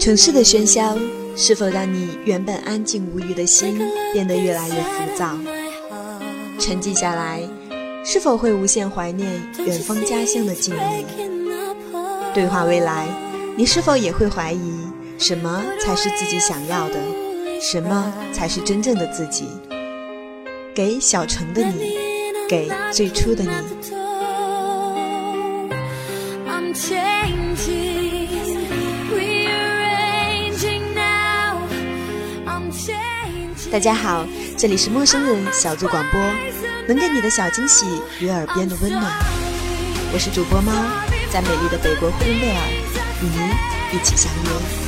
城市的喧嚣是否让你原本安静无虞的心变得越来越浮躁？沉寂下来，是否会无限怀念远方家乡的静谧？对话未来，你是否也会怀疑什么才是自己想要的，什么才是真正的自己？给小城的你，给最初的你。大家好，这里是陌生人小组广播，能给你的小惊喜与耳边的温暖。我是主播猫，在美丽的北国呼伦贝尔与您一起相约。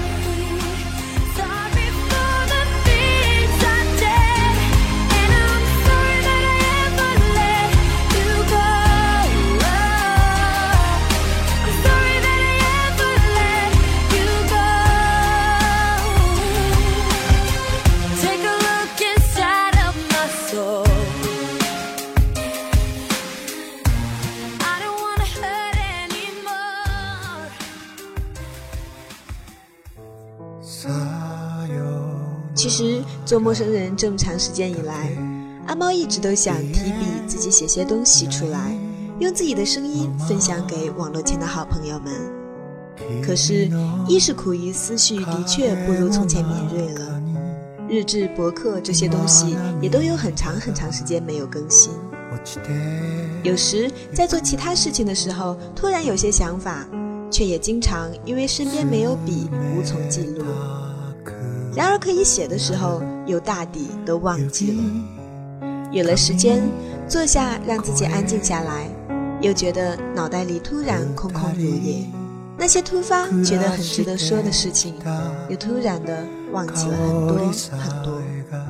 其实做陌生人这么长时间以来，阿猫一直都想提笔自己写些东西出来，用自己的声音分享给网络前的好朋友们。可是一是苦于思绪的确不如从前敏锐了，日志博客这些东西也都有很长时间没有更新。有时在做其他事情的时候突然有些想法，却也经常因为身边没有笔无从记录，然而可以写的时候又大抵都忘记了。有了时间坐下让自己安静下来，又觉得脑袋里突然空空如也，那些突发觉得很值得说的事情，又突然的忘记了很多很多。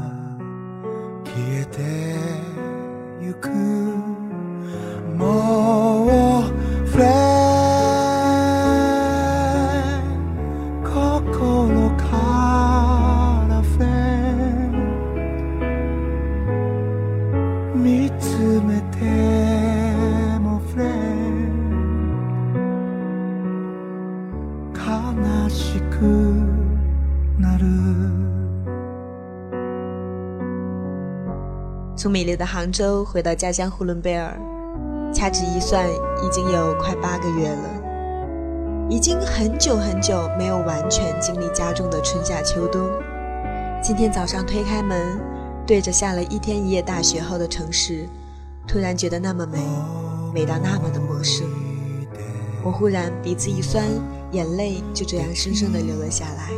从美丽的杭州回到家乡呼伦贝尔，掐指一算已经有快8个月了，已经很久没有完全经历家中的春夏秋冬。今天早上推开门，对着下了1天1夜大雪后的城市，突然觉得那么美，美到那么的陌生。我忽然鼻子一酸，眼泪就这样深深地流了下来。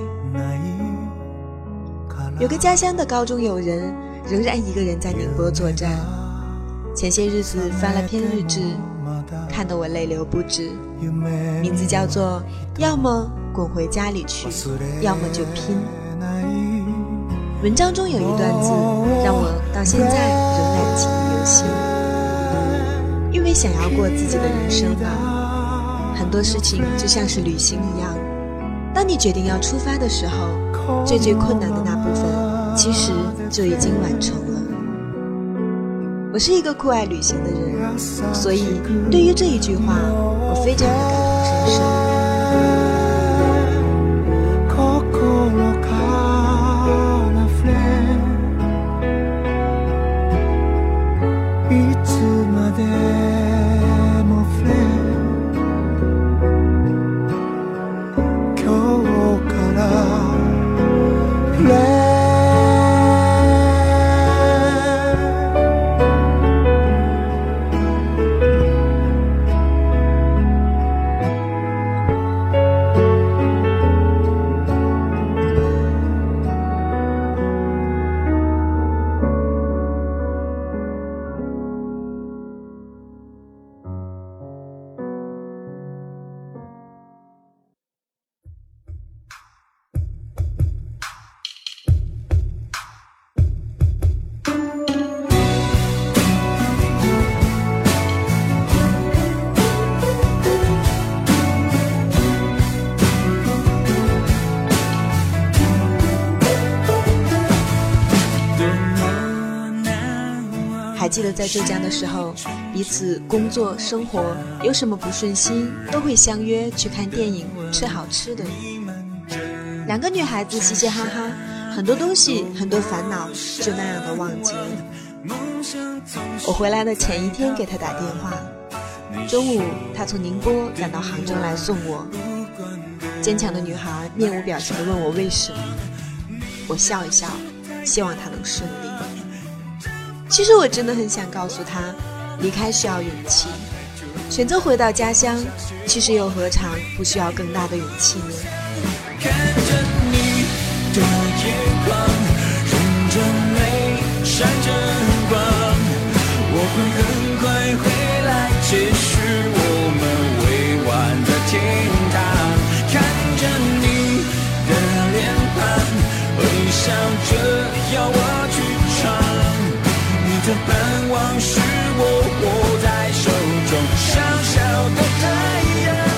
有个家乡的高中友人仍然一个人在宁波作战，前些日子翻了篇日志，看得我泪流不止，名字叫做要么滚回家里去，要么就拼。文章中有一段字让我到现在仍然记忆犹新，因为想要过自己的人生啊，很多事情就像是旅行一样，当你决定要出发的时候，最困难的那部分其实就已经完成了。我是一个酷爱旅行的人，所以对于这一句话我非常的感同身受。还记得在浙江的时候，彼此工作生活有什么不顺心，都会相约去看电影，吃好吃的。 2个女孩子嘻嘻哈哈，很多东西很多烦恼就那样的忘记了。我回来的前一天给她打电话，中午她从宁波赶到杭州来送我。坚强的女孩面无表情地问我为什么，我笑一笑，希望她能顺利。其实我真的很想告诉她，离开需要勇气，选择回到家乡，其实又何尝不需要更大的勇气呢？ 看着你的眼眶，忍着泪，闪着光，我会很快回来，继续我们未完的天堂。看着你的脸庞，微笑着要我去闯，你的盼望是我握在手中小小的太阳。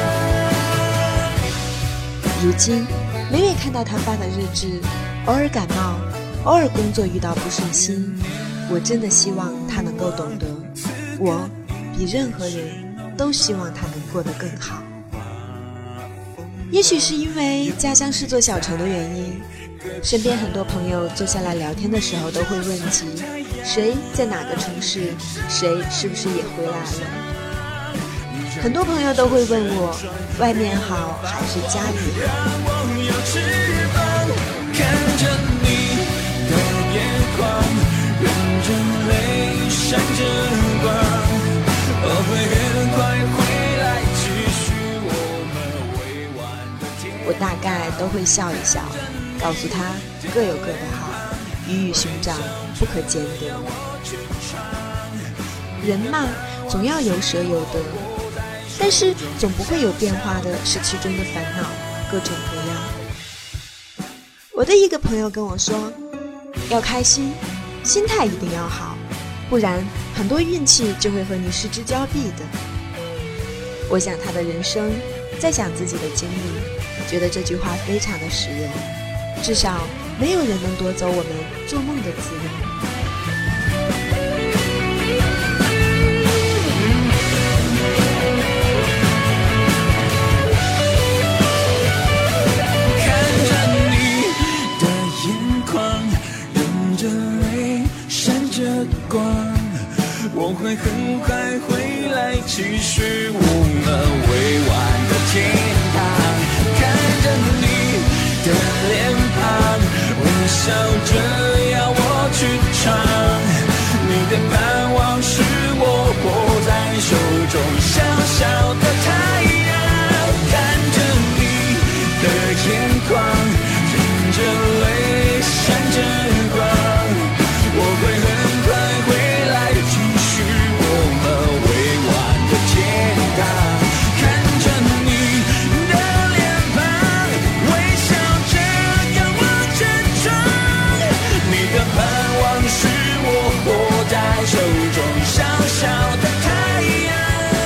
如今每每看到他发的日志，偶尔感冒，偶尔工作遇到不顺心，我真的希望他能够懂得，我比任何人都希望他能过得更好。也许是因为家乡是座小城的原因，身边很多朋友坐下来聊天的时候都会问及谁在哪个城市，谁是不是也回来了。很多朋友都会问我，外面好还是家里好？ 看着你的眼眶，忍着泪，闪着光，我会很快回来，继续我们未完的天堂。 我大概都会笑一笑，告诉他各有各的好，鱼与熊掌不可兼得。人嘛，总要有舍有得，但是总不会有变化的是其中的烦恼，各种各样。我的一个朋友跟我说，要开心，心态一定要好，不然很多运气就会和你失之交臂的。我想他的人生，在想自己的经历，觉得这句话非常的实用，至少没有人能夺走我们做梦的自由。 我会很快回来，继续我们未完的天堂。看着你的脸庞，微笑着要我去闯，你的盼望是我握在手中小小的太阳。看着你的眼眶，忍着泪，闪着光，我会很快回来，继续我们未完的天堂。看着你的脸庞，微笑着要我去闯，你的盼望是我握在手中小小的太阳。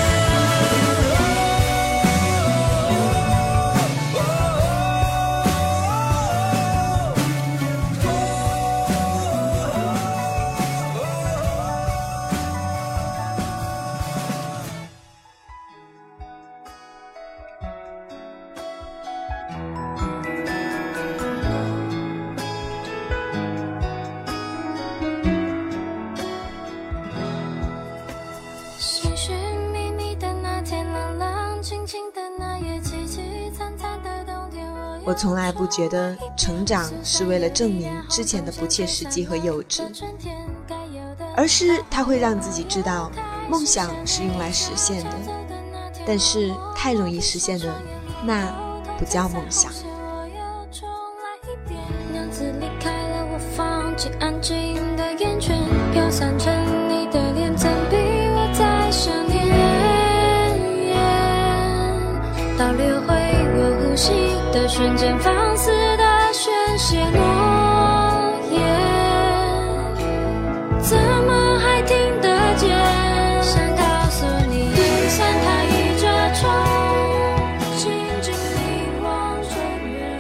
我从来不觉得成长是为了证明之前的不切实际和幼稚，而是它会让自己知道梦想是用来实现的，但是太容易实现的那不叫梦想。 娘子离开了我，放弃安静的眼圈，飘散成你的脸，怎比我再想念？倒流回我呼吸的瞬间，放肆的宣泄诺言，怎么还听得见？想告诉你，伞它倚着窗，静静凝望着月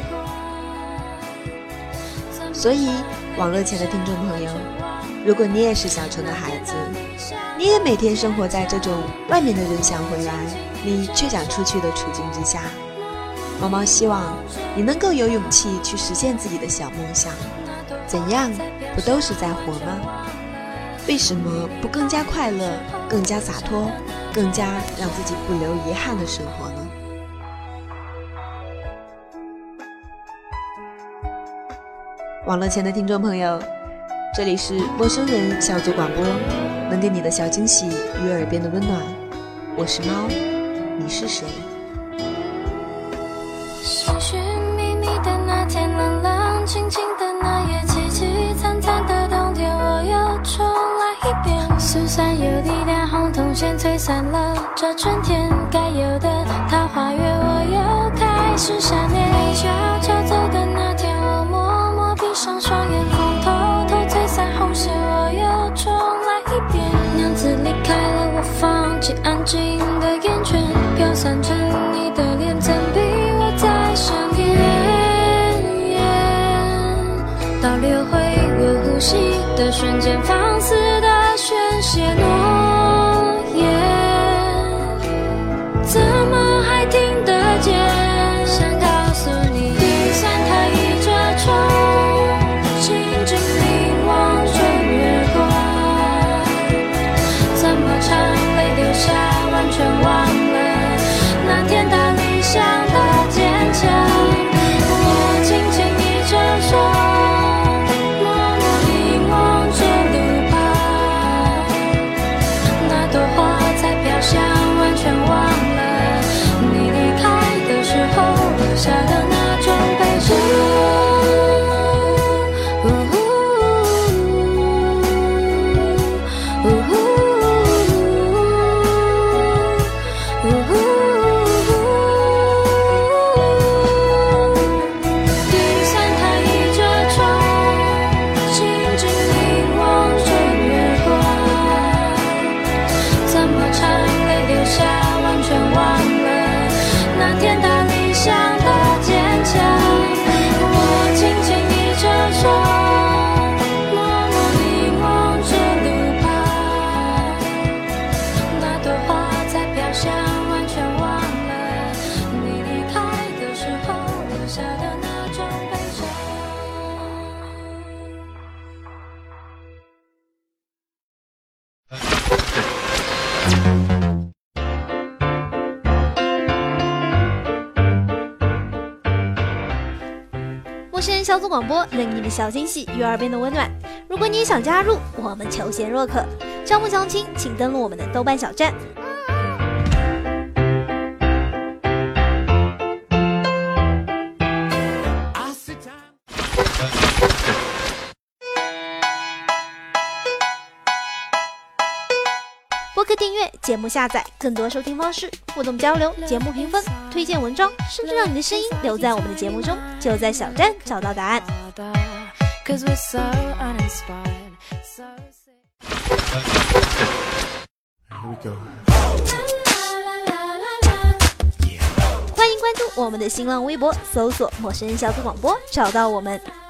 光。 所以网络前的听众朋友，如果你也是小城的孩子，你也每天生活在这种外面的人想回来，你却想出去的处境之下， 毛毛希望你能够有勇气去实现自己的小梦想，怎样不都是在活吗？为什么不更加快乐，更加洒脱，更加让自己不留遗憾的生活呢？网络前的听众朋友，这里是陌生人小组广播，能给你的小惊喜与耳边的温暖。我是猫，你是谁？ 寻寻觅觅的那天，冷冷清清的那夜，凄凄惨惨的冬天，我又重来一遍。疏散有力量，红铜线吹散了这春天该有的桃花月，我又开始想念。你悄悄走的那天，我默默闭上双眼，风偷偷吹散红线，我又重来一遍。娘子离开了我，放弃安静的眼圈，飘散成你的脸，怎比我再想念？倒流回我呼吸的瞬间，放肆的宣泄诺言，怎么还听得见？想告诉你，第三它倚着窗，静静凝望着月光，怎么长泪流下，完全忘了那天大理想的坚强。我轻轻倚着窗，完全忘了你离开的时候留下的那种悲伤。第三它倚着窗，静静凝望着月光，怎么长留下，完全忘了那天大理想的坚强。我轻轻倚着窗，默默凝望着路旁，那朵花在飘香，完全忘了你离开的时候留下的那种悲伤。 陌生人小组广播，能给你的小惊喜与耳边的温暖。如果你也想加入，我们求贤若渴。招募详情，请登录我们的豆瓣小站。播客订阅、节目下载、更多收听方式、互动交流、节目评分、推荐文章，甚至让你的声音留在我们的节目中，就在小站找到答案。欢迎关注我们的新浪微博，搜索“陌生人小组广播”，找到我们。